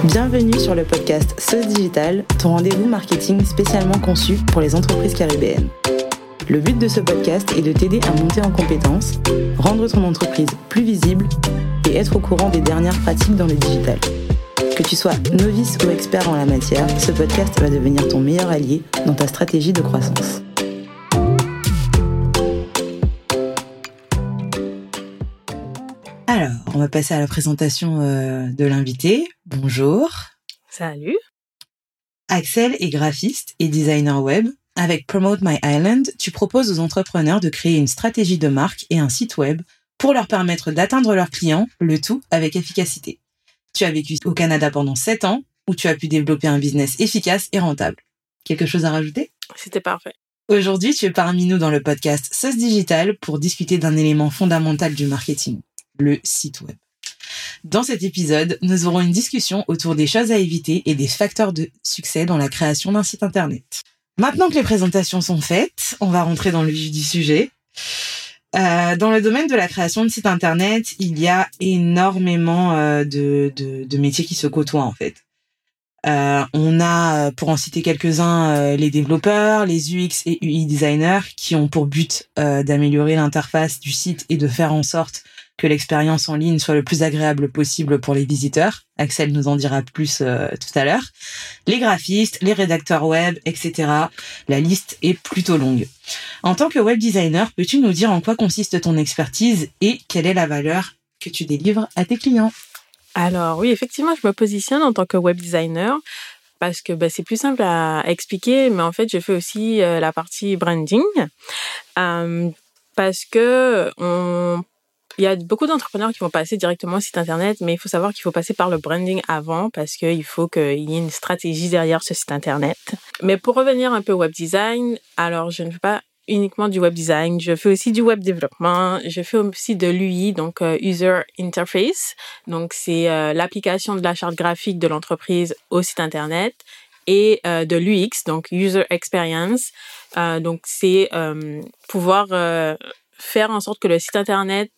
Bienvenue sur le podcast Sauce Digital, ton rendez-vous marketing spécialement conçu pour les entreprises caribéennes. Le but de ce podcast est de t'aider à monter en compétences, rendre ton entreprise plus visible et être au courant des dernières pratiques dans le digital. Que tu sois novice ou expert en la matière, ce podcast va devenir ton meilleur allié dans ta stratégie de croissance. Alors, on va passer à la présentation de l'invité. Bonjour. Salut. Axel est graphiste et designer web. Avec Promote My Island, tu proposes aux entrepreneurs de créer une stratégie de marque et un site web pour leur permettre d'atteindre leurs clients, le tout avec efficacité. Tu as vécu au Canada pendant 7 ans, où tu as pu développer un business efficace et rentable. Quelque chose à rajouter ? C'était parfait. Aujourd'hui, tu es parmi nous dans le podcast Sauce Digital pour discuter d'un élément fondamental du marketing, le site web. Dans cet épisode, nous aurons une discussion autour des choses à éviter et des facteurs de succès dans la création d'un site internet. Maintenant que les présentations sont faites, on va rentrer dans le vif du sujet. Dans le domaine de la création de sites internet, il y a énormément de métiers qui se côtoient en fait. On a, pour en citer quelques-uns, les développeurs, les UX et UI designers qui ont pour but d'améliorer l'interface du site et de faire en sorte que l'expérience en ligne soit le plus agréable possible pour les visiteurs. Axel nous en dira plus tout à l'heure. Les graphistes, les rédacteurs web, etc. La liste est plutôt longue. En tant que web designer, peux-tu nous dire en quoi consiste ton expertise et quelle est la valeur que tu délivres à tes clients ? Alors oui, effectivement, je me positionne en tant que web designer parce que c'est plus simple à expliquer, mais en fait, je fais aussi la partie branding parce que il y a beaucoup d'entrepreneurs qui vont passer directement au site internet, mais il faut savoir qu'il faut passer par le branding avant parce qu'il faut qu'il y ait une stratégie derrière ce site internet. Mais pour revenir un peu au web design, alors je ne fais pas uniquement du web design, je fais aussi du web développement, je fais aussi de l'UI, donc User Interface, donc c'est l'application de la charte graphique de l'entreprise au site internet, et de l'UX, donc User Experience, donc c'est pouvoir faire en sorte que le site internet,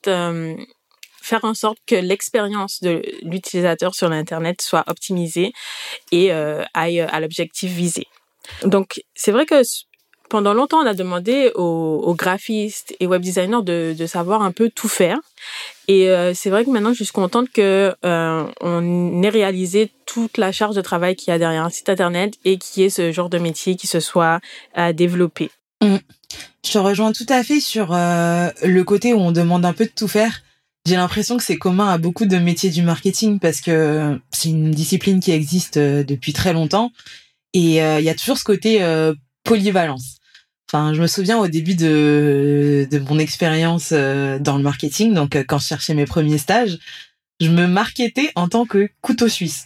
faire en sorte que l'expérience de l'utilisateur sur l'internet soit optimisée et aille à l'objectif visé. Donc c'est vrai que pendant longtemps, on a demandé aux graphistes et web designers de savoir un peu tout faire. Et c'est vrai que maintenant, je suis contente que on ait réalisé toute la charge de travail qu'il y a derrière un site internet et qu'il y ait ce genre de métier qui se soit développé. Je te rejoins tout à fait sur le côté où on demande un peu de tout faire. J'ai l'impression que c'est commun à beaucoup de métiers du marketing parce que c'est une discipline qui existe depuis très longtemps. Et il y a toujours ce côté polyvalence. Enfin, je me souviens au début de mon expérience dans le marketing, donc quand je cherchais mes premiers stages, je me marketais en tant que couteau suisse.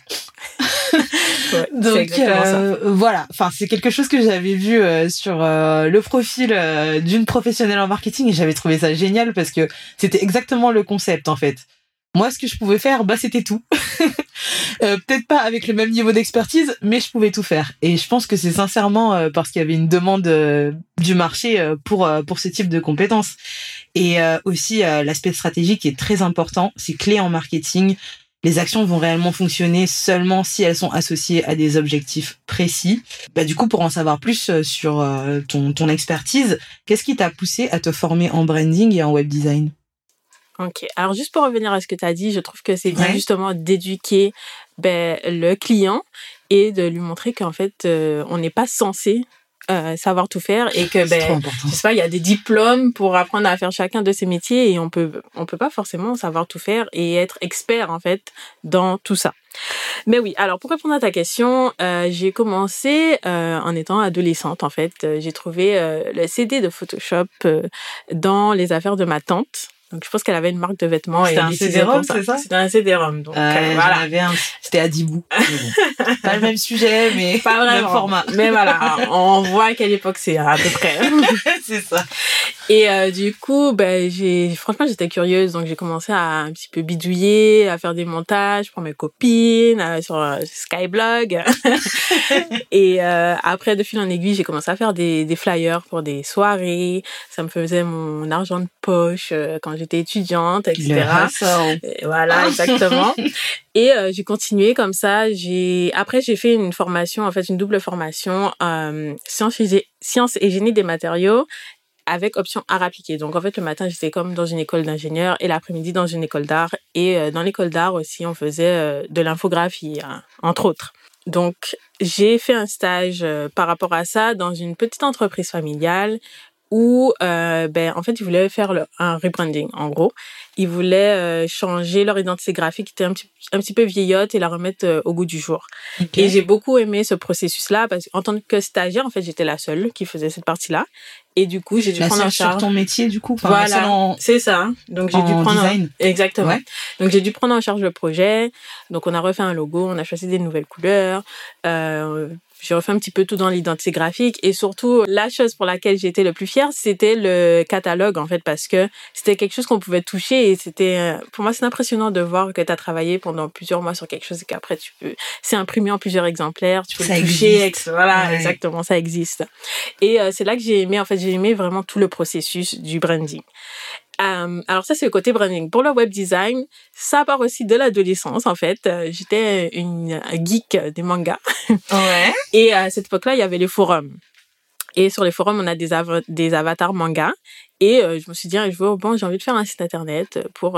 Ouais, donc voilà, enfin c'est quelque chose que j'avais vu sur le profil d'une professionnelle en marketing et j'avais trouvé ça génial parce que c'était exactement le concept en fait. Moi, ce que je pouvais faire, c'était tout. Peut-être pas avec le même niveau d'expertise, mais je pouvais tout faire. Et je pense que c'est sincèrement parce qu'il y avait une demande du marché pour ce type de compétences. Et aussi, l'aspect stratégique est très important. C'est clé en marketing. Les actions vont réellement fonctionner seulement si elles sont associées à des objectifs précis. Du coup, pour en savoir plus sur ton expertise, qu'est-ce qui t'a poussé à te former en branding et en web design ? Ok, alors juste pour revenir à ce que tu as dit, je trouve que c'est bien justement d'éduquer le client et de lui montrer qu'en fait, on n'est pas censé savoir tout faire et que je sais pas, il y a des diplômes pour apprendre à faire chacun de ces métiers et on peut pas forcément savoir tout faire et être expert en fait dans tout ça. Mais oui, alors pour répondre à ta question, j'ai commencé en étant adolescente en fait. J'ai trouvé le CD de Photoshop dans les affaires de ma tante. Donc, je pense qu'elle avait une marque de vêtements. C'était un CD-ROM, c'est ça ? C'était un CD-ROM. Donc, voilà. C'était à 10 bouts. Pas le même sujet, mais pas vraiment. Même format. Mais voilà, on voit à quelle époque c'est à peu près. C'est ça. Et du coup, franchement, j'étais curieuse. Donc, j'ai commencé à un petit peu bidouiller, à faire des montages pour mes copines sur Skyblog. Et après, de fil en aiguille, j'ai commencé à faire des flyers pour des soirées. Ça me faisait mon argent de poche quand j'étais étudiante, etc. Le hustle. Et voilà, exactement. Et j'ai continué comme ça. Après, j'ai fait une formation, en fait, une double formation, sciences et génie des matériaux, avec option art appliqué. Donc, en fait, le matin, j'étais comme dans une école d'ingénieur et l'après-midi dans une école d'art. Et dans l'école d'art aussi, on faisait de l'infographie, entre autres. Donc, j'ai fait un stage par rapport à ça dans une petite entreprise familiale où, en fait, ils voulaient faire un rebranding, en gros. Ils voulaient changer leur identité graphique qui était un petit peu vieillotte et la remettre au goût du jour. Okay. Et j'ai beaucoup aimé ce processus-là parce qu'en tant que stagiaire, en fait, j'étais la seule qui faisait cette partie-là. Et du coup, j'ai dû prendre en charge. Sur ton métier, du coup. Voilà, c'est ça. Donc, j'ai dû prendre design. Exactement. Ouais. Donc, j'ai dû prendre en charge le projet. Donc, on a refait un logo, on a choisi des nouvelles couleurs. J'ai refait un petit peu tout dans l'identité graphique. Et surtout, la chose pour laquelle j'étais le plus fière, c'était le catalogue, en fait, parce que c'était quelque chose qu'on pouvait toucher. Et c'était, pour moi, c'est impressionnant de voir que tu as travaillé pendant plusieurs mois sur quelque chose et qu'après, c'est imprimé en plusieurs exemplaires. Tu peux ça le toucher. Existe. Voilà, ouais. Exactement, ça existe. Et c'est là que j'ai aimé vraiment tout le processus du branding. Alors ça, c'est le côté branding. Pour le web design, ça part aussi de l'adolescence, en fait. J'étais une geek des mangas. Ouais. Et à cette époque-là, il y avait les forums. Et sur les forums, on a des avatars mangas. Et je me suis dit un jour, j'ai envie de faire un site internet pour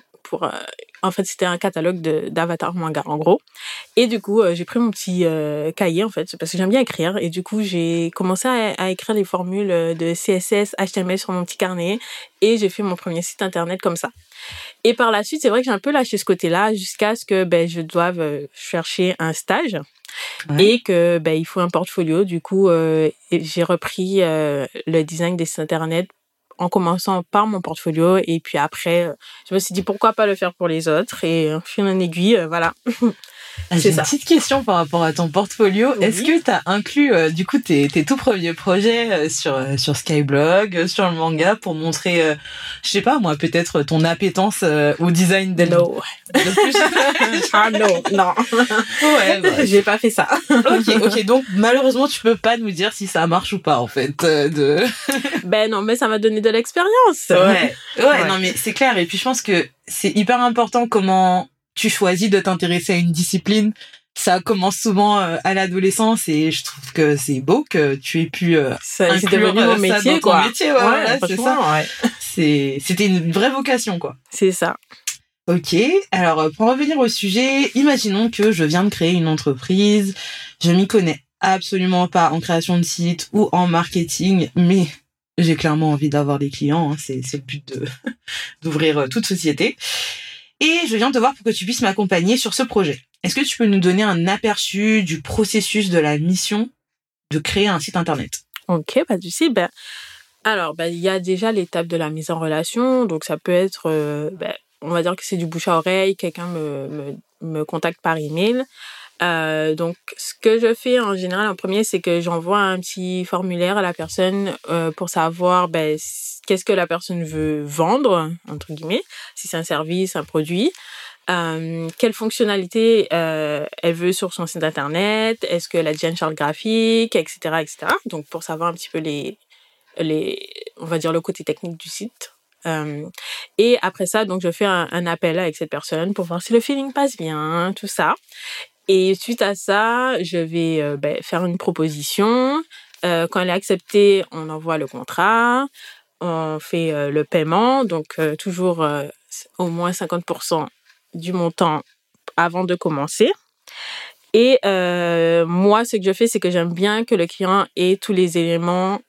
en fait, c'était un catalogue d'avatars manga, en gros. Et du coup, j'ai pris mon petit cahier, en fait, parce que j'aime bien écrire. Et du coup, j'ai commencé à écrire les formules de CSS, HTML sur mon petit carnet. Et j'ai fait mon premier site internet comme ça. Et par la suite, c'est vrai que j'ai un peu lâché ce côté-là jusqu'à ce que je doive chercher un stage. Ouais. Et que il faut un portfolio. Du coup, j'ai repris le design des sites internet en commençant par mon portfolio et puis après je me suis dit pourquoi pas le faire pour les autres et fil en aiguille voilà. J'ai une petite question par rapport à ton portfolio. Oui. Est-ce que tu as inclus du coup tes tout premiers projets sur Skyblog, sur le manga pour montrer je sais pas moi peut-être ton appétence au design Non. Ah non. Ouais, bah. J'ai pas fait ça. OK, donc malheureusement tu peux pas nous dire si ça marche ou pas en fait non, mais ça m'a donné de l'expérience. Ouais, non mais c'est clair et puis je pense que c'est hyper important comment tu choisis de t'intéresser à une discipline. Ça commence souvent à l'adolescence et je trouve que c'est beau que tu aies pu c'est devenu mon métier, dans quoi. Ton métier, ouais, c'est ça. Ouais. C'était une vraie vocation, quoi. C'est ça. Ok, alors pour revenir au sujet, imaginons que je viens de créer une entreprise, je m'y connais absolument pas en création de site ou en marketing, mais j'ai clairement envie d'avoir des clients, hein, c'est le but d'ouvrir toute société. Et je viens te voir pour que tu puisses m'accompagner sur ce projet. Est-ce que tu peux nous donner un aperçu du processus de la mission de créer un site internet? Ok, pas de souci. Alors, il y a déjà l'étape de la mise en relation. Donc, ça peut être, on va dire que c'est du bouche à oreille. Quelqu'un me contacte par email. Donc, ce que je fais en général en premier, c'est que j'envoie un petit formulaire à la personne pour savoir qu'est-ce que la personne veut vendre, entre guillemets, si c'est un service, un produit, quelle fonctionnalité elle veut sur son site internet, est-ce qu'elle a déjà une charte graphique, etc., etc. Donc, pour savoir un petit peu on va dire le côté technique du site. Et après ça, donc, je fais un appel avec cette personne pour voir si le feeling passe bien, tout ça. Et suite à ça, je vais faire une proposition. Quand elle est acceptée, on envoie le contrat, on fait le paiement, donc toujours au moins 50% du montant avant de commencer. Et moi, ce que je fais, c'est que j'aime bien que le client ait tous les éléments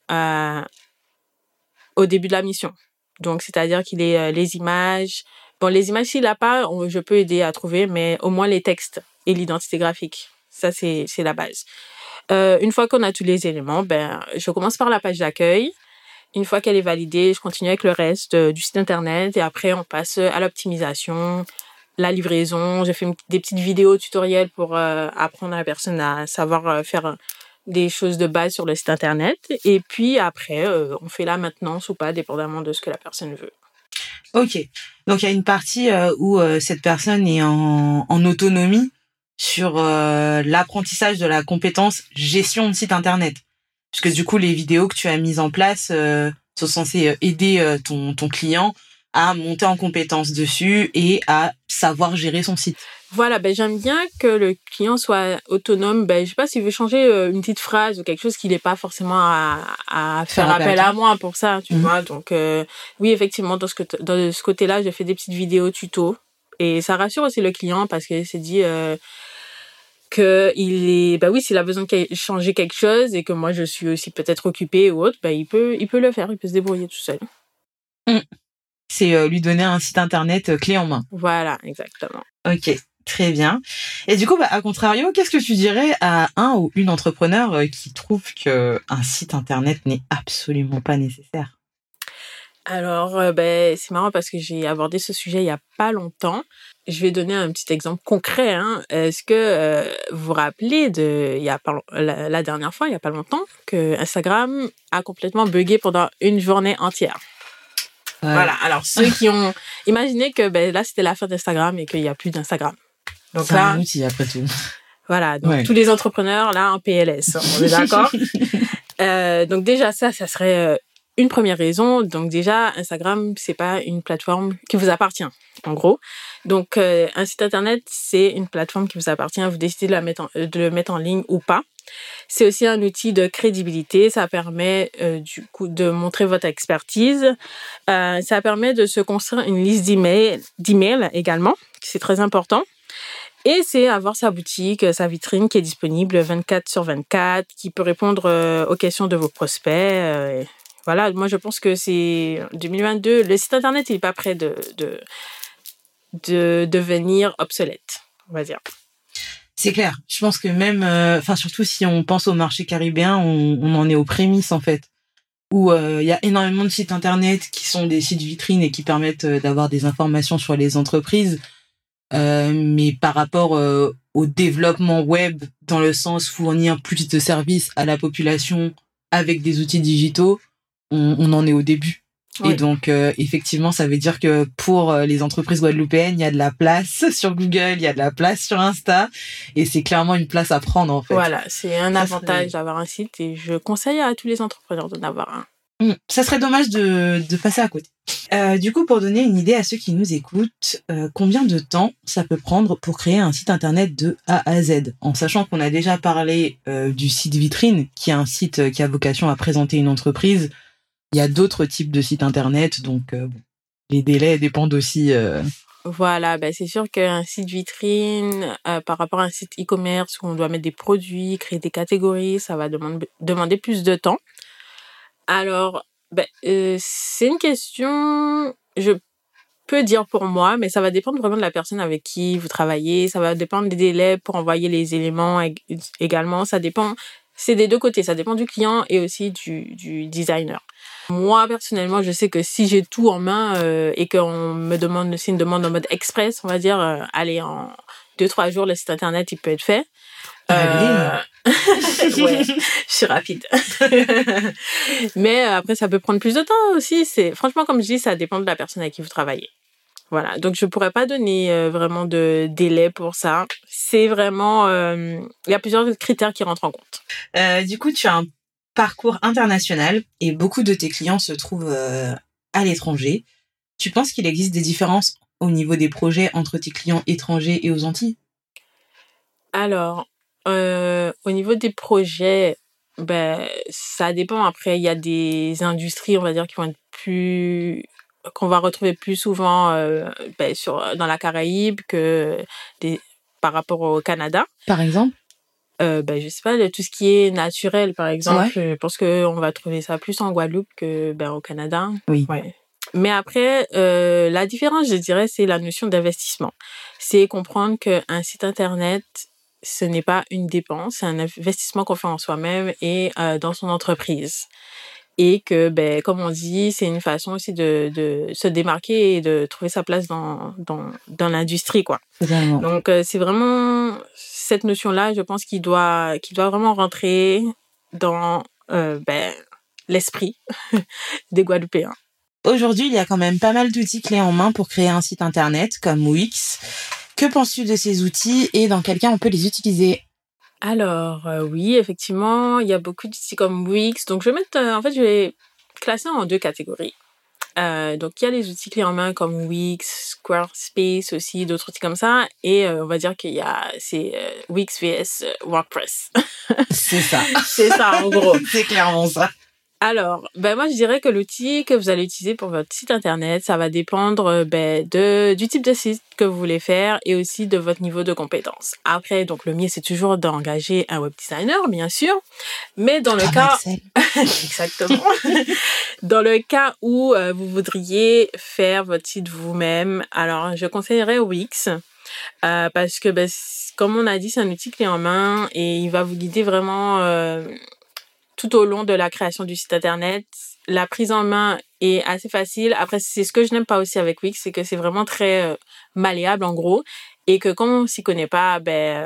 au début de la mission. Donc, c'est-à-dire qu'il ait les images. Bon, les images, s'il n'a pas, je peux aider à trouver, mais au moins les textes et l'identité graphique. Ça, c'est la base. Une fois qu'on a tous les éléments, je commence par la page d'accueil. Une fois qu'elle est validée, je continue avec le reste du site internet et après, on passe à l'optimisation, la livraison. Je fais des petites vidéos tutoriels pour apprendre à la personne à savoir faire des choses de base sur le site internet. Et puis après, on fait la maintenance ou pas, dépendamment de ce que la personne veut. Ok. Donc, il y a une partie où cette personne est en autonomie sur l'apprentissage de la compétence gestion de site internet. Parce que du coup, les vidéos que tu as mises en place sont censées aider ton client à monter en compétence dessus et à savoir gérer son site. Voilà, j'aime bien que le client soit autonome. Je sais pas s'il veut changer une petite phrase ou quelque chose qu'il n'est pas forcément à faire appel à moi pour ça, tu vois. Donc oui, effectivement, dans ce côté-là, j'ai fait des petites vidéos tuto et ça rassure aussi le client parce qu'il s'est dit que s'il a besoin de changer quelque chose et que moi je suis aussi peut-être occupée ou autre, il peut le faire, il peut se débrouiller tout seul. C'est lui donner un site internet clé en main. Voilà, exactement. Ok. Très bien. Et du coup, à contrario, qu'est-ce que tu dirais à un ou une entrepreneur qui trouve qu'un site internet n'est absolument pas nécessaire? Alors, c'est marrant parce que j'ai abordé ce sujet il y a pas longtemps. Je vais donner un petit exemple concret. Est-ce que vous vous rappelez la dernière fois, il y a pas longtemps, que Instagram a complètement buggé pendant une journée entière. Ouais. Voilà. Alors, ceux qui ont imaginé que là, c'était la fin d'Instagram et qu'il n'y a plus d'Instagram. Donc c'est un outil après tout. Voilà, donc tous les entrepreneurs là en PLS, on est d'accord. Donc déjà ça serait une première raison. Donc déjà Instagram c'est pas une plateforme qui vous appartient en gros. Donc un site internet c'est une plateforme qui vous appartient. Vous décidez de le mettre en ligne ou pas. C'est aussi un outil de crédibilité. Ça permet du coup de montrer votre expertise. Ça permet de se construire une liste d'emails également. C'est très important. Et c'est avoir sa boutique, sa vitrine qui est disponible 24/24, qui peut répondre aux questions de vos prospects. Voilà, moi je pense que c'est 2022. Le site internet il n'est pas prêt de devenir obsolète, on va dire. C'est clair. Je pense que même, surtout si on pense au marché caribéen, on en est aux prémices en fait, où il y a énormément de sites internet qui sont des sites vitrines et qui permettent d'avoir des informations sur les entreprises. Mais par rapport au développement web, dans le sens fournir plus de services à la population avec des outils digitaux, on en est au début. Oui. Et donc, effectivement, ça veut dire que pour les entreprises guadeloupéennes, il y a de la place sur Google, il y a de la place sur Insta, et c'est clairement une place à prendre, en fait. Voilà, c'est un avantage d'avoir un site, et je conseille à tous les entrepreneurs d'en avoir un. Ça serait dommage de passer à côté. Du coup, pour donner une idée à ceux qui nous écoutent, combien de temps ça peut prendre pour créer un site internet de A à Z? En sachant qu'on a déjà parlé du site vitrine, qui est un site qui a vocation à présenter une entreprise. Il y a d'autres types de sites internet, donc les délais dépendent aussi. Voilà, c'est sûr qu'un site vitrine, par rapport à un site e-commerce où on doit mettre des produits, créer des catégories, ça va demander plus de temps. Alors, c'est une question, je peux dire pour moi, mais ça va dépendre vraiment de la personne avec qui vous travaillez. Ça va dépendre des délais pour envoyer les éléments également. Ça dépend, c'est des deux côtés. Ça dépend du client et aussi du designer. Moi, personnellement, je sais que si j'ai tout en main et qu'on me demande, c'est une demande en mode express, on va dire, allez, en 2-3 jours, le site internet, il peut être fait. Ouais, je suis rapide. Mais après, ça peut prendre plus de temps aussi. Franchement, comme je dis, ça dépend de la personne avec qui vous travaillez. Voilà. Donc, je pourrais pas donner vraiment de délai pour ça. C'est vraiment, il y a plusieurs critères qui rentrent en compte. Du coup, tu as un parcours international et beaucoup de tes clients se trouvent à l'étranger. Tu penses qu'il existe des différences au niveau des projets entre tes clients étrangers et aux Antilles? Alors, au niveau des projets, ça dépend. Après, il y a des industries, on va dire, qu'on va retrouver plus souvent dans la Caraïbe que par rapport au Canada. Par exemple? Je sais pas, tout ce qui est naturel, par exemple. Ouais. Je pense qu'on va trouver ça plus en Guadeloupe que au Canada. Oui. Ouais. Mais après, la différence, je dirais, c'est la notion d'investissement. C'est comprendre qu'un site internet, ce n'est pas une dépense, c'est un investissement qu'on fait en soi-même et dans son entreprise. Et que, comme on dit, c'est une façon aussi de se démarquer et de trouver sa place dans l'industrie, quoi. Totalement. Donc, c'est vraiment cette notion-là, je pense, qui doit vraiment rentrer dans l'esprit des Guadeloupéens. Aujourd'hui, il y a quand même pas mal d'outils clés en main pour créer un site internet, comme Wix. Que penses-tu de ces outils et dans quel cas on peut les utiliser? Alors, oui, effectivement, il y a beaucoup d'outils comme Wix. Donc, je vais classer en 2 catégories. Donc, il y a les outils clés en main comme Wix, Squarespace aussi, d'autres outils comme ça. Et on va dire c'est Wix vs WordPress. C'est ça. C'est ça, en gros. C'est clairement ça. Alors, moi, je dirais que l'outil que vous allez utiliser pour votre site internet, ça va dépendre du type de site que vous voulez faire et aussi de votre niveau de compétence. Après, donc, le mieux, c'est toujours d'engager un web designer, bien sûr. Mais dans le cas... Exactement. Dans le cas où vous voudriez faire votre site vous-même, alors, je conseillerais Wix. Parce que, comme on a dit, c'est un outil clé en main et il va vous guider vraiment... tout au long de la création du site internet. La prise en main est assez facile. Après, c'est ce que je n'aime pas aussi avec Wix, c'est que c'est vraiment très malléable en gros, et que comme on s'y connaît pas,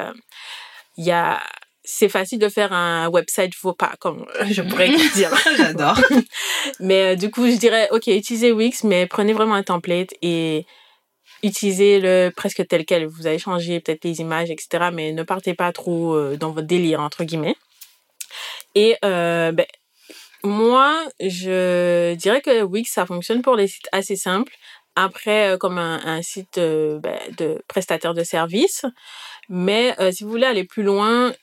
c'est facile de faire un website faux pas, comme je pourrais dire. J'adore. Mais du coup, je dirais, ok, utilisez Wix, mais prenez vraiment un template et utilisez-le presque tel quel. Vous allez changer peut-être les images, etc., mais ne partez pas trop dans votre délire, entre guillemets. Et moi, je dirais que Wix, ça fonctionne pour les sites assez simples. Après, comme un site de prestataire de services. Mais si vous voulez aller plus loin,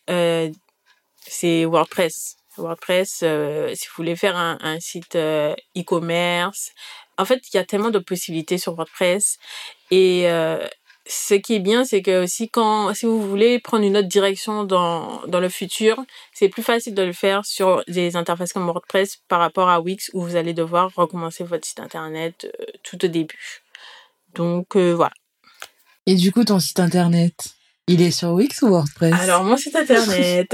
c'est WordPress. WordPress, si vous voulez faire un site e-commerce. En fait, il y a tellement de possibilités sur WordPress. Et ce qui est bien, c'est que aussi si vous voulez prendre une autre direction dans le futur, c'est plus facile de le faire sur des interfaces comme WordPress par rapport à Wix où vous allez devoir recommencer votre site internet tout au début. Donc voilà. Et du coup, ton site internet, il est sur Wix ou WordPress? Alors, mon site internet,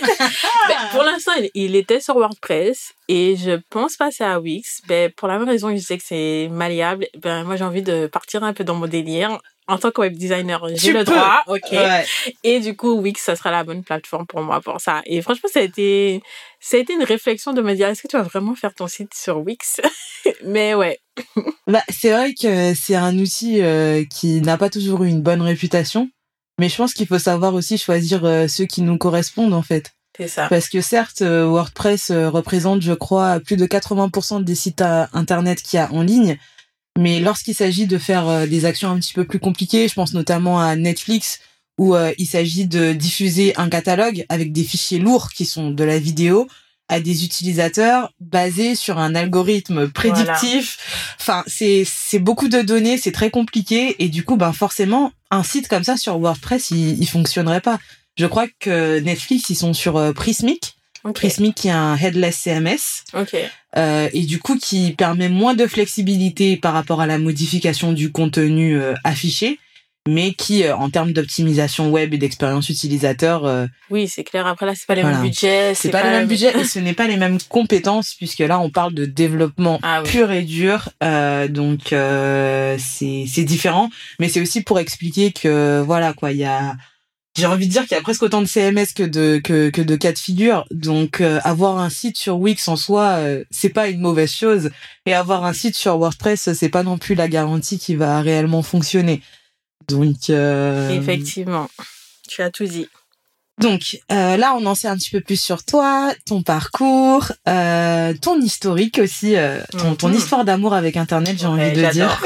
pour l'instant, il était sur WordPress et je pense passer à Wix. Pour la même raison que je sais que c'est malléable, moi, j'ai envie de partir un peu dans mon délire. En tant que web designer, j'ai le droit, ok. Ouais. Et du coup, Wix, ça sera la bonne plateforme pour moi pour ça. Et franchement, ça a été une réflexion de me dire, est-ce que tu vas vraiment faire ton site sur Wix? Mais ouais. C'est vrai que c'est un outil qui n'a pas toujours eu une bonne réputation. Mais je pense qu'il faut savoir aussi choisir ceux qui nous correspondent, en fait. C'est ça. Parce que certes, WordPress représente, je crois, plus de 80% des sites internet qu'il y a en ligne. Mais lorsqu'il s'agit de faire des actions un petit peu plus compliquées, je pense notamment à Netflix, où il s'agit de diffuser un catalogue avec des fichiers lourds qui sont de la vidéo à des utilisateurs basés sur un algorithme prédictif. Voilà. Enfin, c'est beaucoup de données, c'est très compliqué. Et du coup, forcément, un site comme ça sur WordPress, il fonctionnerait pas. Je crois que Netflix, ils sont sur Prismic. Okay. Prismic qui est un headless CMS. Okay. Et du coup, qui permet moins de flexibilité par rapport à la modification du contenu affiché, mais qui, en termes d'optimisation web et d'expérience utilisateur... Oui, c'est clair. Après, là, c'est pas les mêmes budgets. C'est pas les mêmes budgets et ce n'est pas les mêmes compétences, puisque là, on parle de développement pur et dur. Donc, c'est différent. Mais c'est aussi pour expliquer que, voilà, quoi, il y a... J'ai envie de dire qu'il y a presque autant de CMS que de cas de figure. Donc, avoir un site sur Wix en soi, c'est pas une mauvaise chose. Et avoir un site sur WordPress, c'est pas non plus la garantie qui va réellement fonctionner. Donc, effectivement, tu as tout dit. Donc, là, on en sait un petit peu plus sur toi, ton parcours, ton historique aussi, ton histoire d'amour avec Internet, j'ai envie de dire.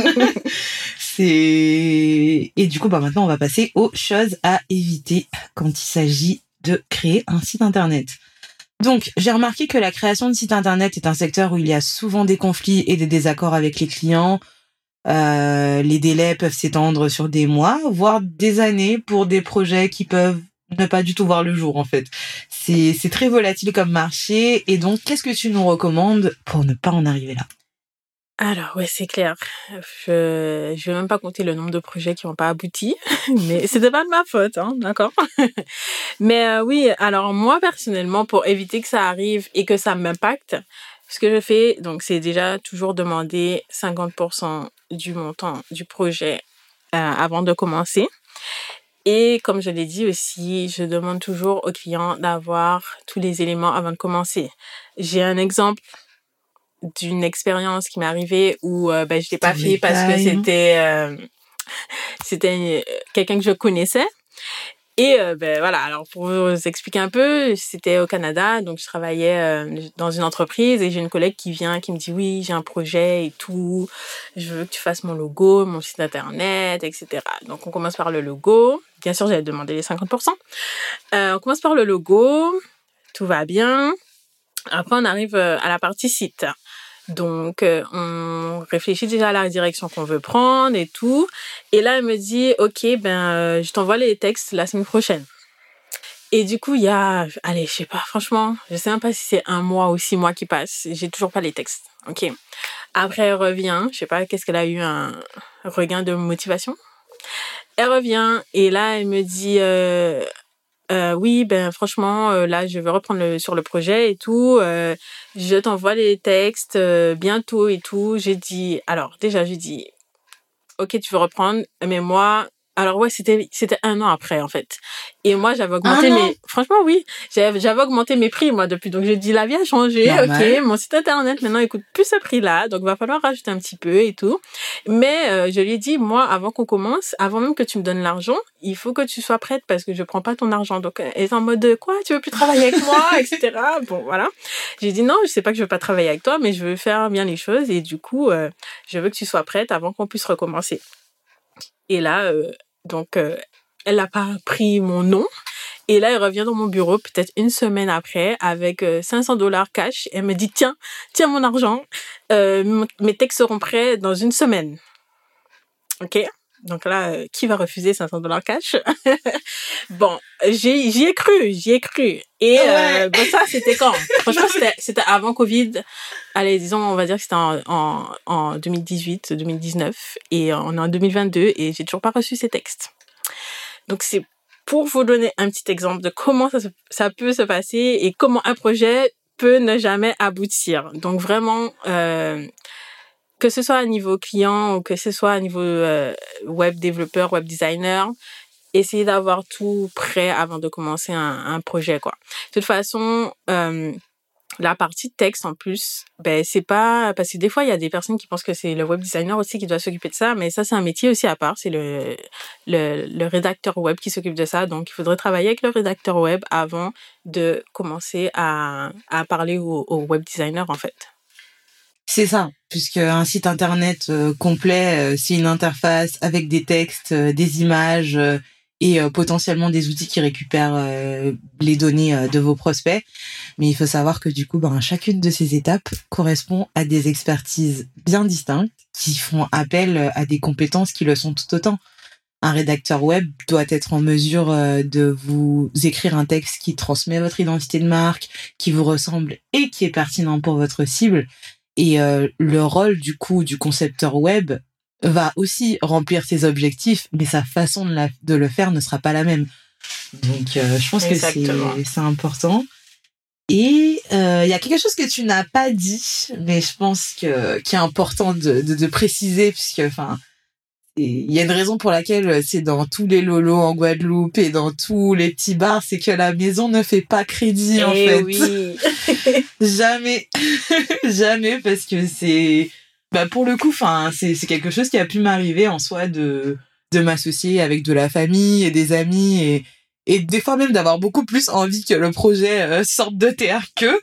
Et du coup, maintenant, on va passer aux choses à éviter quand il s'agit de créer un site Internet. Donc, j'ai remarqué que la création de site Internet est un secteur où il y a souvent des conflits et des désaccords avec les clients. Les délais peuvent s'étendre sur des mois, voire des années pour des projets qui peuvent ne pas du tout voir le jour, en fait. C'est très volatile comme marché. Et donc, qu'est-ce que tu nous recommandes pour ne pas en arriver là? Alors, ouais, c'est clair. Je vais même pas compter le nombre de projets qui n'ont pas abouti, mais c'était pas de ma faute, hein, d'accord? Mais oui, alors moi, personnellement, pour éviter que ça arrive et que ça m'impacte, ce que je fais, donc, c'est déjà toujours demander 50% du montant du projet avant de commencer. Et comme je l'ai dit aussi, je demande toujours aux clients d'avoir tous les éléments avant de commencer. J'ai un exemple d'une expérience qui m'est arrivée où je l'ai pas fait parce que c'était quelqu'un que je connaissais Et voilà, alors pour vous expliquer un peu, c'était au Canada, donc je travaillais dans une entreprise et j'ai une collègue qui vient, qui me dit oui, j'ai un projet et tout, je veux que tu fasses mon logo, mon site internet, etc. Donc on commence par le logo, bien sûr j'avais demandé les 50%. On commence par le logo, tout va bien. Après on arrive à la partie site. Donc, on réfléchit déjà à la direction qu'on veut prendre et tout. Et là, elle me dit, OK, je t'envoie les textes la semaine prochaine. Et du coup, il y a, allez, je sais pas, franchement, je sais même pas si c'est 1 mois ou 6 mois qui passent. J'ai toujours pas les textes. OK. Après, elle revient. Je sais pas, qu'est-ce qu'elle a eu, un regain de motivation. Elle revient et là, elle me dit, oui, franchement, là, je vais reprendre sur le projet et tout. Je t'envoie les textes bientôt et tout. J'ai dit, OK, tu veux reprendre, mais moi, alors ouais, c'était 1 an après en fait. Et moi, j'avais augmenté franchement oui, j'avais augmenté mes prix moi depuis. Donc j'ai dit la vie a changé, Normal. OK, mon site internet maintenant il coûte plus ce prix-là, donc va falloir rajouter un petit peu et tout. Mais je lui ai dit moi avant qu'on commence, avant même que tu me donnes l'argent, il faut que tu sois prête parce que je prends pas ton argent. Donc elle est en mode quoi, tu veux plus travailler avec moi, etc. Bon voilà. J'ai dit non, je sais pas que je veux pas travailler avec toi, mais je veux faire bien les choses et du coup je veux que tu sois prête avant qu'on puisse recommencer. Et là, elle n'a pas pris mon nom. Et là, elle revient dans mon bureau peut-être 1 semaine après avec $500 cash. Elle me dit, tiens mon argent. Mes textes seront prêts dans 1 semaine. OK? Donc là, qui va refuser $500 cash? Bon, j'y ai cru. Et ça, c'était quand? Franchement, c'était avant Covid. Allez, disons, on va dire que c'était en 2018, 2019. Et on est en 2022 et j'ai toujours pas reçu ces textes. Donc, c'est pour vous donner un petit exemple de comment ça peut se passer et comment un projet peut ne jamais aboutir. Donc, vraiment... que ce soit à niveau client ou que ce soit à niveau web développeur, web designer, essayer d'avoir tout prêt avant de commencer un projet, quoi. De toute façon, la partie texte, en plus, c'est pas... Parce que des fois, il y a des personnes qui pensent que c'est le web designer aussi qui doit s'occuper de ça, mais ça, c'est un métier aussi à part. C'est le rédacteur web qui s'occupe de ça. Donc, il faudrait travailler avec le rédacteur web avant de commencer à parler au web designer, en fait. C'est ça, puisque un site internet complet, c'est une interface avec des textes, des images et potentiellement des outils qui récupèrent les données de vos prospects. Mais il faut savoir que du coup, chacune de ces étapes correspond à des expertises bien distinctes qui font appel à des compétences qui le sont tout autant. Un rédacteur web doit être en mesure de vous écrire un texte qui transmet votre identité de marque, qui vous ressemble et qui est pertinent pour votre cible. Et le rôle du coup du concepteur web va aussi remplir ses objectifs, mais sa façon de le faire ne sera pas la même. Donc je pense Exactement. que c'est important. Et il y a quelque chose que tu n'as pas dit, mais je pense qu'il est important de préciser, puisque il y a une raison pour laquelle c'est dans tous les lolos en Guadeloupe et dans tous les petits bars, c'est que la maison ne fait pas crédit en fait. Oui. Jamais, jamais, parce que c'est, pour le coup, c'est quelque chose qui a pu m'arriver en soi de m'associer avec de la famille et des amis et des fois même d'avoir beaucoup plus envie que le projet sorte de terre qu'eux.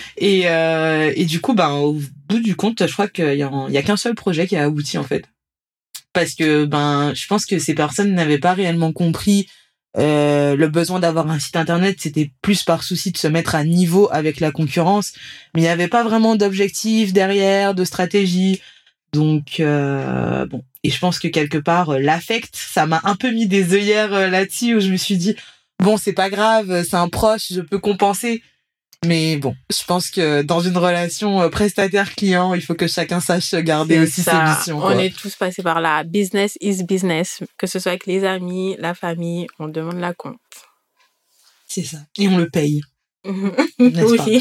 Et du coup, au bout du compte, je crois qu'il y a qu'un seul projet qui a abouti en fait. Parce que je pense que ces personnes n'avaient pas réellement compris le besoin d'avoir un site internet. C'était plus par souci de se mettre à niveau avec la concurrence, mais il n'y avait pas vraiment d'objectif derrière, de stratégie. Donc bon, et je pense que quelque part l'affect, ça m'a un peu mis des œillères là-dessus, où je me suis dit bon, c'est pas grave, c'est un proche, je peux compenser. Mais bon, je pense que dans une relation prestataire-client, il faut que chacun sache garder aussi ses missions, quoi. On est tous passés par là. Business is business. Que ce soit avec les amis, la famille, on demande la compte. C'est ça. Et on le paye. Oui.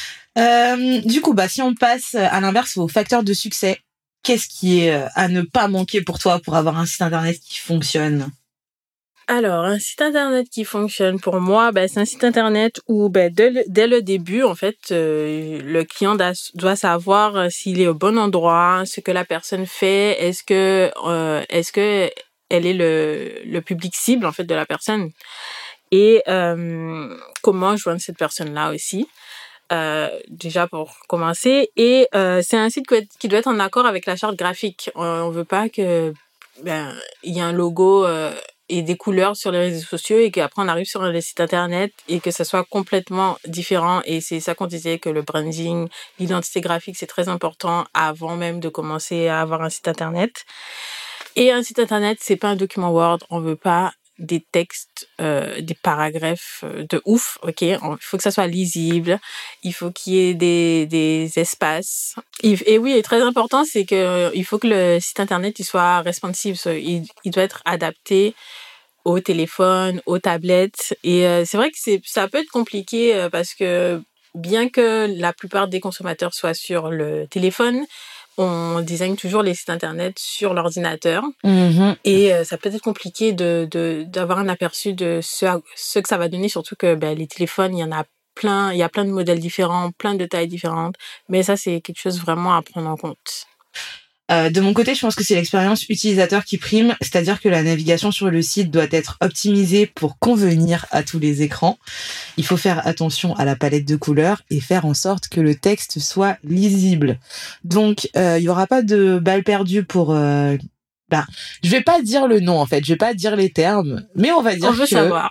Du coup, si on passe à l'inverse aux facteurs de succès, qu'est-ce qui est à ne pas manquer pour toi pour avoir un site internet qui fonctionne? Alors, un site internet qui fonctionne pour moi, c'est un site internet où dès le début, en fait, le client doit savoir s'il est au bon endroit, ce que la personne fait, est-ce que elle est le public cible en fait de la personne. et comment joindre cette personne-là aussi. Déjà pour commencer, et c'est un site qui doit être en accord avec la charte graphique. On veut pas que il y ait un logo et des couleurs sur les réseaux sociaux et qu'après on arrive sur le site internet et que ça soit complètement différent. Et c'est ça qu'on disait, que le branding, l'identité graphique, c'est très important avant même de commencer à avoir un site internet. Et un site internet, c'est pas un document Word. On veut pas des textes, des paragraphes de ouf, ok? Il faut que ça soit lisible. Il faut qu'il y ait des espaces. Et oui, et très important, c'est que il faut que le site internet il soit responsive. Il doit être adapté au téléphone, aux tablettes. Et c'est vrai que ça peut être compliqué parce que bien que la plupart des consommateurs soient sur le téléphone, on design toujours les sites internet sur l'ordinateur. Mm-hmm. Et ça peut être compliqué d'avoir un aperçu de ce que ça va donner, surtout que les téléphones, il y en a plein, il y a plein de modèles différents, plein de tailles différentes. Mais ça, c'est quelque chose vraiment à prendre en compte. De mon côté, je pense que c'est l'expérience utilisateur qui prime, c'est-à-dire que la navigation sur le site doit être optimisée pour convenir à tous les écrans. Il faut faire attention à la palette de couleurs et faire en sorte que le texte soit lisible. Donc, il y aura pas de balle perdue pour... je vais pas dire le nom, en fait. Je vais pas dire les termes, mais on va dire on veut savoir.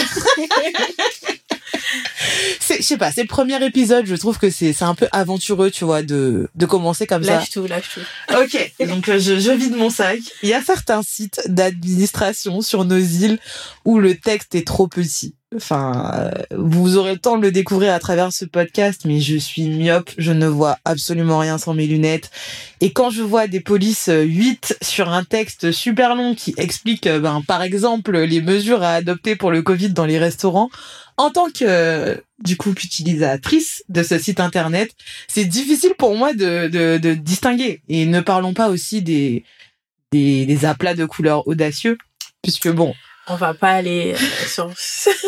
Je sais pas, c'est le premier épisode, je trouve que c'est un peu aventureux, tu vois, de commencer comme ça. Lâche tout. Ok, donc je vide mon sac. Il y a certains sites d'administration sur nos îles où le texte est trop petit. Enfin, vous aurez le temps de le découvrir à travers ce podcast, mais je suis myope, je ne vois absolument rien sans mes lunettes. Et quand je vois des polices 8 sur un texte super long qui explique, par exemple, les mesures à adopter pour le Covid dans les restaurants, en tant que, qu'utilisatrice de ce site internet, c'est difficile pour moi de distinguer. Et ne parlons pas aussi des aplats de couleurs audacieux, puisque bon... On va pas aller sur... on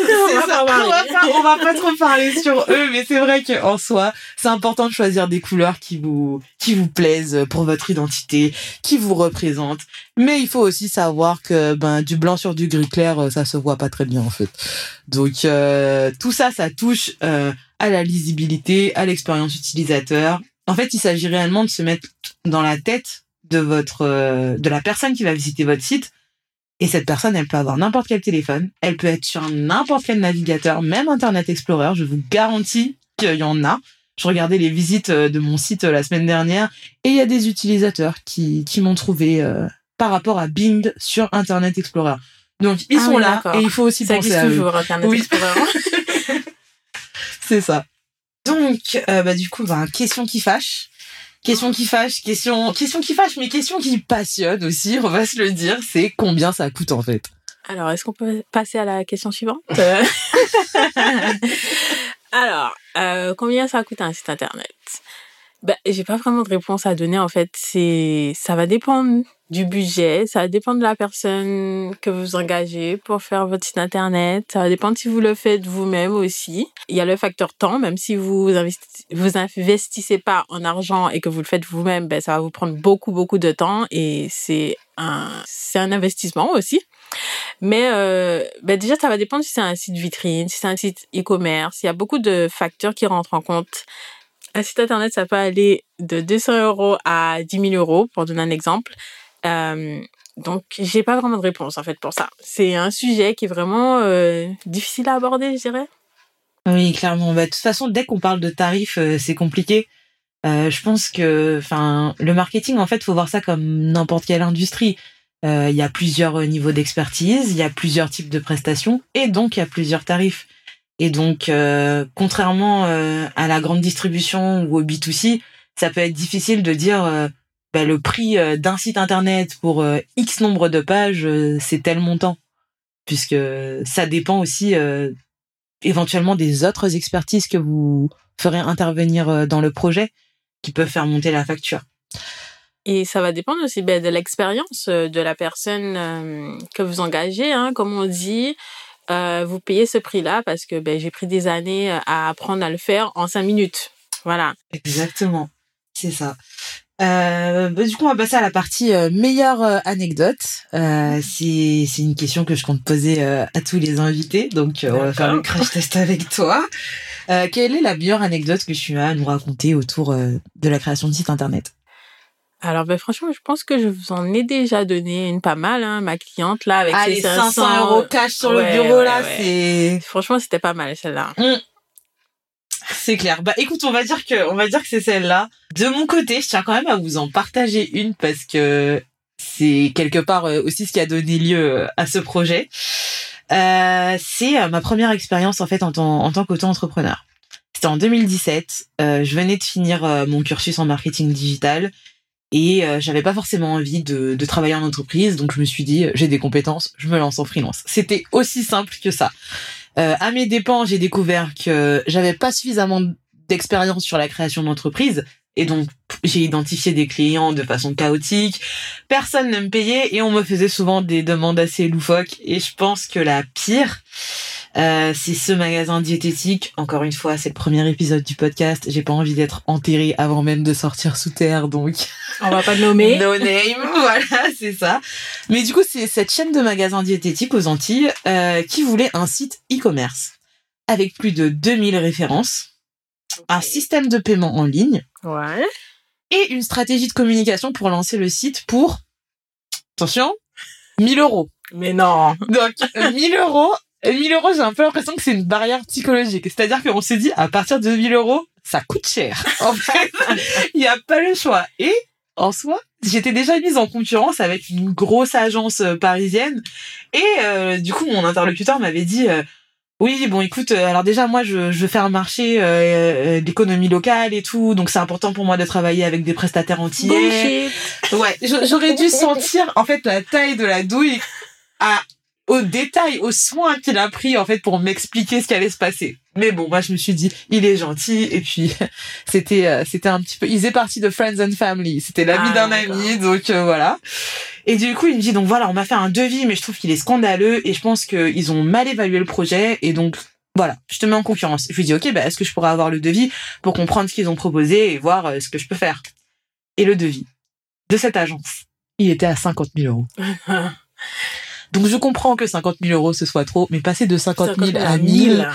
va pas trop parler sur eux, mais c'est vrai qu'en soi, c'est important de choisir des couleurs qui vous plaisent pour votre identité, qui vous représentent. Mais il faut aussi savoir que du blanc sur du gris clair, ça se voit pas très bien en fait. Donc tout ça touche à la lisibilité, à l'expérience utilisateur. En fait, il s'agit réellement de se mettre dans la tête de la personne qui va visiter votre site. Et cette personne, elle peut avoir n'importe quel téléphone, elle peut être sur n'importe quel navigateur, même Internet Explorer, je vous garantis qu'il y en a. Je regardais les visites de mon site la semaine dernière et il y a des utilisateurs qui m'ont trouvé par rapport à Bing sur Internet Explorer. Donc ils sont là d'accord. Et il faut aussi penser à eux. Ça existe toujours Internet Explorer. C'est ça. Donc question qui fâche. Question qui fâche, mais question qui passionne aussi, on va se le dire, c'est combien ça coûte en fait. Alors, est-ce qu'on peut passer à la question suivante? Alors, combien ça coûte un site internet? J'ai pas vraiment de réponse à donner en fait. Ça va dépendre du budget, ça va dépendre de la personne que vous engagez pour faire votre site internet, ça va dépendre si vous le faites vous-même aussi. Il y a le facteur temps, même si vous investissez pas en argent et que vous le faites vous-même, ça va vous prendre beaucoup de temps et c'est un investissement aussi. Mais déjà ça va dépendre si c'est un site vitrine, si c'est un site e-commerce, il y a beaucoup de facteurs qui rentrent en compte. Un site internet, ça peut aller de 200 € à 10 000 €, pour donner un exemple. Donc, j'ai pas vraiment de réponse, en fait, pour ça. C'est un sujet qui est vraiment difficile à aborder, je dirais. Oui, clairement. De toute façon, dès qu'on parle de tarifs, c'est compliqué. Je pense que, le marketing, en fait, faut voir ça comme n'importe quelle industrie. Il y a plusieurs niveaux d'expertise, il y a plusieurs types de prestations, et donc il y a plusieurs tarifs. Et donc, contrairement à la grande distribution ou au B2C, ça peut être difficile de dire le prix d'un site internet pour X nombre de pages, c'est tel montant. Puisque ça dépend aussi éventuellement des autres expertises que vous ferez intervenir dans le projet qui peuvent faire monter la facture. Et ça va dépendre aussi de l'expérience de la personne que vous engagez, comme on dit. Vous payez ce prix-là parce que j'ai pris des années à apprendre à le faire en 5 minutes. Voilà. Exactement, c'est ça. Du coup, on va passer à la partie meilleure anecdote. C'est une question que je compte poser à tous les invités. Donc, on va faire le crash test avec toi. Quelle est la meilleure anecdote que tu as à nous raconter autour de la création de site internet? Alors, franchement, je pense que je vous en ai déjà donné une pas mal, hein. Ma cliente, là, avec ses 500 € cash sur le bureau, là, c'est... Franchement, c'était pas mal, celle-là. C'est clair. Bah, écoute, on va dire que c'est celle-là. De mon côté, je tiens quand même à vous en partager une parce que c'est quelque part aussi ce qui a donné lieu à ce projet. C'est ma première expérience, en fait, en tant qu'auto-entrepreneur. C'était en 2017. Je venais de finir mon cursus en marketing digital et j'avais pas forcément envie de travailler en entreprise. Donc, je me suis dit, j'ai des compétences, je me lance en freelance. C'était aussi simple que ça. À mes dépens, j'ai découvert que j'avais pas suffisamment d'expérience sur la création d'entreprise et donc j'ai identifié des clients de façon chaotique. Personne ne me payait et on me faisait souvent des demandes assez loufoques. Et je pense que la pire, c'est ce magasin diététique. Encore une fois, c'est le premier épisode du podcast. J'ai pas envie d'être enterrée avant même de sortir sous terre, donc on va pas le nommer. No name, voilà, c'est ça. Mais du coup, c'est cette chaîne de magasins diététiques aux Antilles qui voulait un site e-commerce avec plus de 2000 références, un système de paiement en ligne, ouais, et une stratégie de communication pour lancer le site pour, attention, 1000 €. Mais non. Donc, 1000 €. 1000 €, j'ai un peu l'impression que c'est une barrière psychologique. C'est-à-dire qu'on s'est dit, à partir de 1000 €, ça coûte cher. En fait, il n'y a pas le choix. Et, en soi, j'étais déjà mise en concurrence avec une grosse agence parisienne. Et, du coup, mon interlocuteur m'avait dit, oui, bon, écoute, alors déjà, moi, je veux faire marcher l'économie locale et tout. Donc, c'est important pour moi de travailler avec des prestataires antillais. Bullshit. Ouais, j'aurais dû sentir, en fait, la taille de la douille au détail, au soin qu'il a pris, en fait, pour m'expliquer ce qui allait se passer. Mais bon, moi, je me suis dit, il est gentil. Et puis, c'était un petit peu, il faisait partie de Friends and Family. C'était l'ami d'un ami, donc voilà. Et du coup, il me dit, donc voilà, on m'a fait un devis, mais je trouve qu'il est scandaleux et je pense qu'ils ont mal évalué le projet. Et donc, voilà, je te mets en concurrence. Je lui dis, ok, est-ce que je pourrais avoir le devis pour comprendre ce qu'ils ont proposé et voir ce que je peux faire? Et le devis de cette agence, il était à 50 000 €. Donc, je comprends que 50 000 € ce soit trop, mais passer de 50 000 à 1000,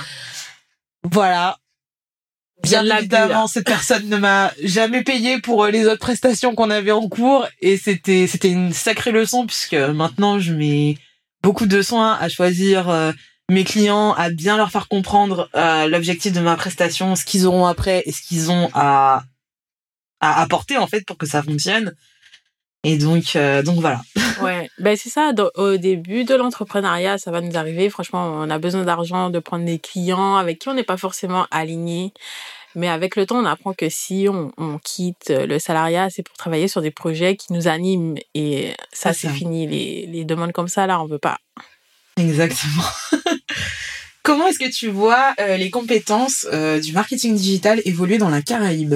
voilà. Bien évidemment, cette personne ne m'a jamais payé pour les autres prestations qu'on avait en cours et c'était une sacrée leçon puisque maintenant je mets beaucoup de soin à choisir mes clients, à bien leur faire comprendre l'objectif de ma prestation, ce qu'ils auront après et ce qu'ils ont à apporter en fait pour que ça fonctionne. Et donc voilà. Ouais, c'est ça. Au début de l'entrepreneuriat, ça va nous arriver. Franchement, on a besoin d'argent, de prendre des clients avec qui on n'est pas forcément aligné. Mais avec le temps, on apprend que si on quitte le salariat, c'est pour travailler sur des projets qui nous animent. Et ça, c'est fini. Les demandes comme ça, là, on veut pas. Exactement. Comment est-ce que tu vois les compétences du marketing digital évoluer dans la Caraïbe?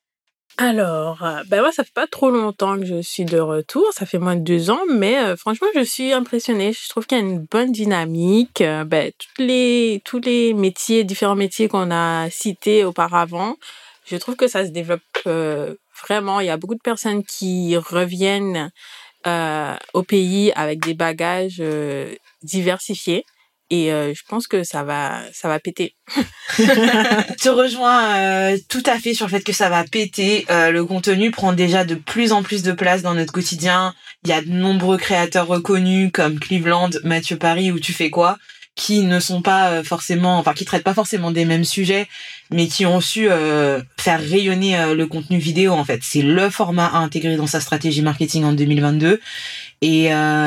Alors, moi, ça fait pas trop longtemps que je suis de retour. Ça fait moins de 2 ans, mais franchement, je suis impressionnée. Je trouve qu'il y a une bonne dynamique. Tous les métiers, différents métiers qu'on a cités auparavant, je trouve que ça se développe vraiment. Il y a beaucoup de personnes qui reviennent au pays avec des bagages diversifiés. Et je pense que ça va péter. Je te rejoins tout à fait sur le fait que ça va péter. Le contenu prend déjà de plus en plus de place dans notre quotidien. Il y a de nombreux créateurs reconnus comme Cleveland, Mathieu Paris ou Tu fais quoi, qui ne sont pas qui traitent pas forcément des mêmes sujets, mais qui ont su faire rayonner le contenu vidéo en fait. C'est le format à intégrer dans sa stratégie marketing en 2022. Et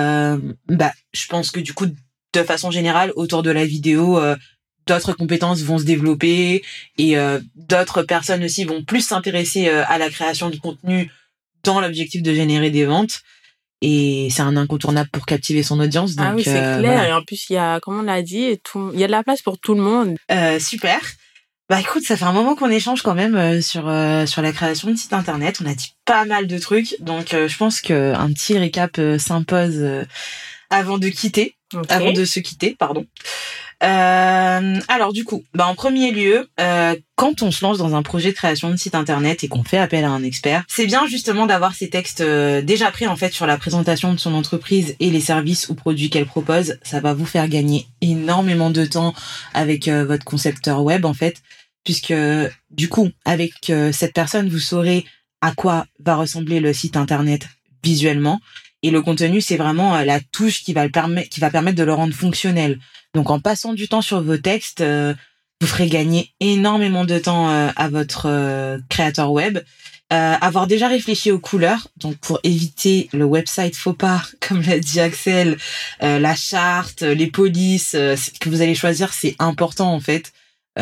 je pense que du coup, de façon générale, autour de la vidéo, d'autres compétences vont se développer et d'autres personnes aussi vont plus s'intéresser à la création de contenu dans l'objectif de générer des ventes. Et c'est un incontournable pour captiver son audience. Donc, oui, c'est clair. Voilà. Et en plus, il y a, comme on l'a dit, il y a de la place pour tout le monde. Super. Écoute, ça fait un moment qu'on échange quand même sur la création de site internet. On a dit pas mal de trucs. Donc, je pense qu'un petit récap s'impose avant de se quitter, pardon. Alors du coup, en premier lieu, quand on se lance dans un projet de création de site internet et qu'on fait appel à un expert, c'est bien justement d'avoir ces textes déjà prêts en fait sur la présentation de son entreprise et les services ou produits qu'elle propose. Ça va vous faire gagner énormément de temps avec votre concepteur web en fait, puisque du coup, avec cette personne, vous saurez à quoi va ressembler le site internet visuellement. Et le contenu, c'est vraiment la touche qui va permettre de le rendre fonctionnel. Donc, en passant du temps sur vos textes, vous ferez gagner énormément de temps à votre créateur web. Avoir déjà réfléchi aux couleurs, donc pour éviter le website faux pas, comme l'a dit Axel, la charte, les polices que vous allez choisir, c'est important en fait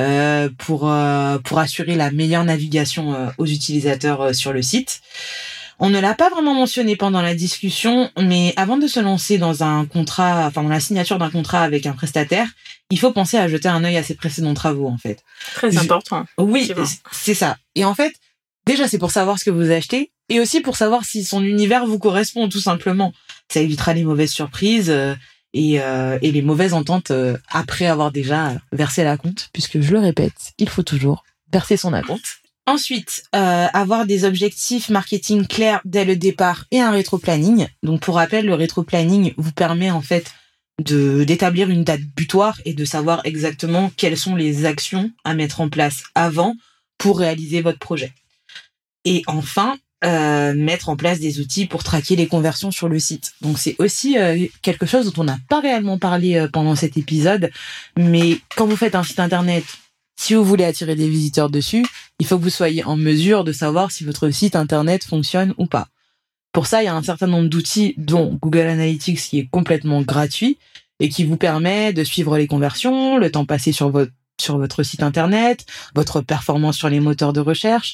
pour assurer la meilleure navigation aux utilisateurs sur le site. On ne l'a pas vraiment mentionné pendant la discussion, mais avant de se lancer dans dans la signature d'un contrat avec un prestataire, il faut penser à jeter un œil à ses précédents travaux, en fait. Très important. Oui, c'est ça. Et en fait, déjà, c'est pour savoir ce que vous achetez, et aussi pour savoir si son univers vous correspond, tout simplement. Ça évitera les mauvaises surprises et les mauvaises ententes après avoir déjà versé l'acompte, puisque je le répète, il faut toujours verser son acompte. Ensuite, avoir des objectifs marketing clairs dès le départ et un rétro-planning. Donc, pour rappel, le rétro-planning vous permet en fait d'établir une date butoir et de savoir exactement quelles sont les actions à mettre en place avant pour réaliser votre projet. Et enfin, mettre en place des outils pour traquer les conversions sur le site. Donc, c'est aussi quelque chose dont on n'a pas réellement parlé pendant cet épisode. Mais quand vous faites un site internet, si vous voulez attirer des visiteurs dessus, il faut que vous soyez en mesure de savoir si votre site internet fonctionne ou pas. Pour ça, il y a un certain nombre d'outils, dont Google Analytics, qui est complètement gratuit et qui vous permet de suivre les conversions, le temps passé sur votre site internet, votre performance sur les moteurs de recherche.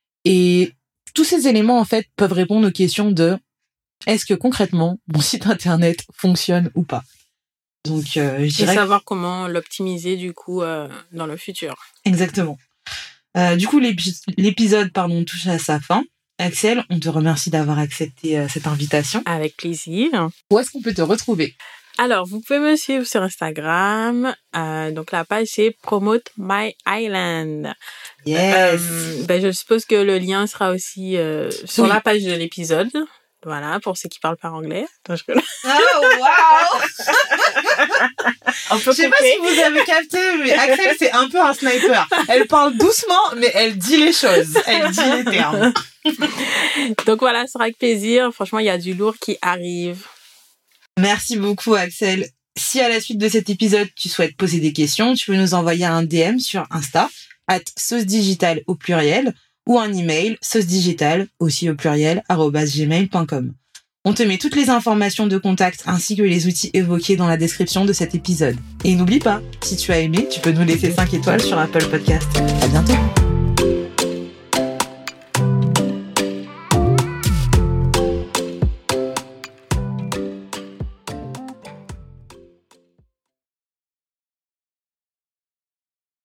Et tous ces éléments, en fait, peuvent répondre aux questions de est-ce que concrètement, mon site internet fonctionne ou pas? Donc, je dirais... Et savoir comment l'optimiser, du coup, dans le futur. Exactement. Du coup, l'épisode touche à sa fin. Axel, on te remercie d'avoir accepté cette invitation. Avec plaisir. Où est-ce qu'on peut te retrouver? Alors, vous pouvez me suivre sur Instagram. Donc, la page, c'est Promote My Island. Yes. Je suppose que le lien sera aussi sur la page de l'épisode. Voilà, pour ceux qui parlent pas anglais. Oh, wow! Je sais pas si vous avez capté, mais Axel, c'est un peu un sniper. Elle parle doucement, mais elle dit les choses. Elle dit les termes. Donc voilà, ce sera avec plaisir. Franchement, il y a du lourd qui arrive. Merci beaucoup, Axel. Si à la suite de cet épisode, tu souhaites poser des questions, tu peux nous envoyer un DM sur Insta, @saucedigital au pluriel, ou un email, saucedigital, aussi au pluriel, @gmail.com. On te met toutes les informations de contact ainsi que les outils évoqués dans la description de cet épisode. Et n'oublie pas, si tu as aimé, tu peux nous laisser 5 étoiles sur Apple Podcast. À bientôt!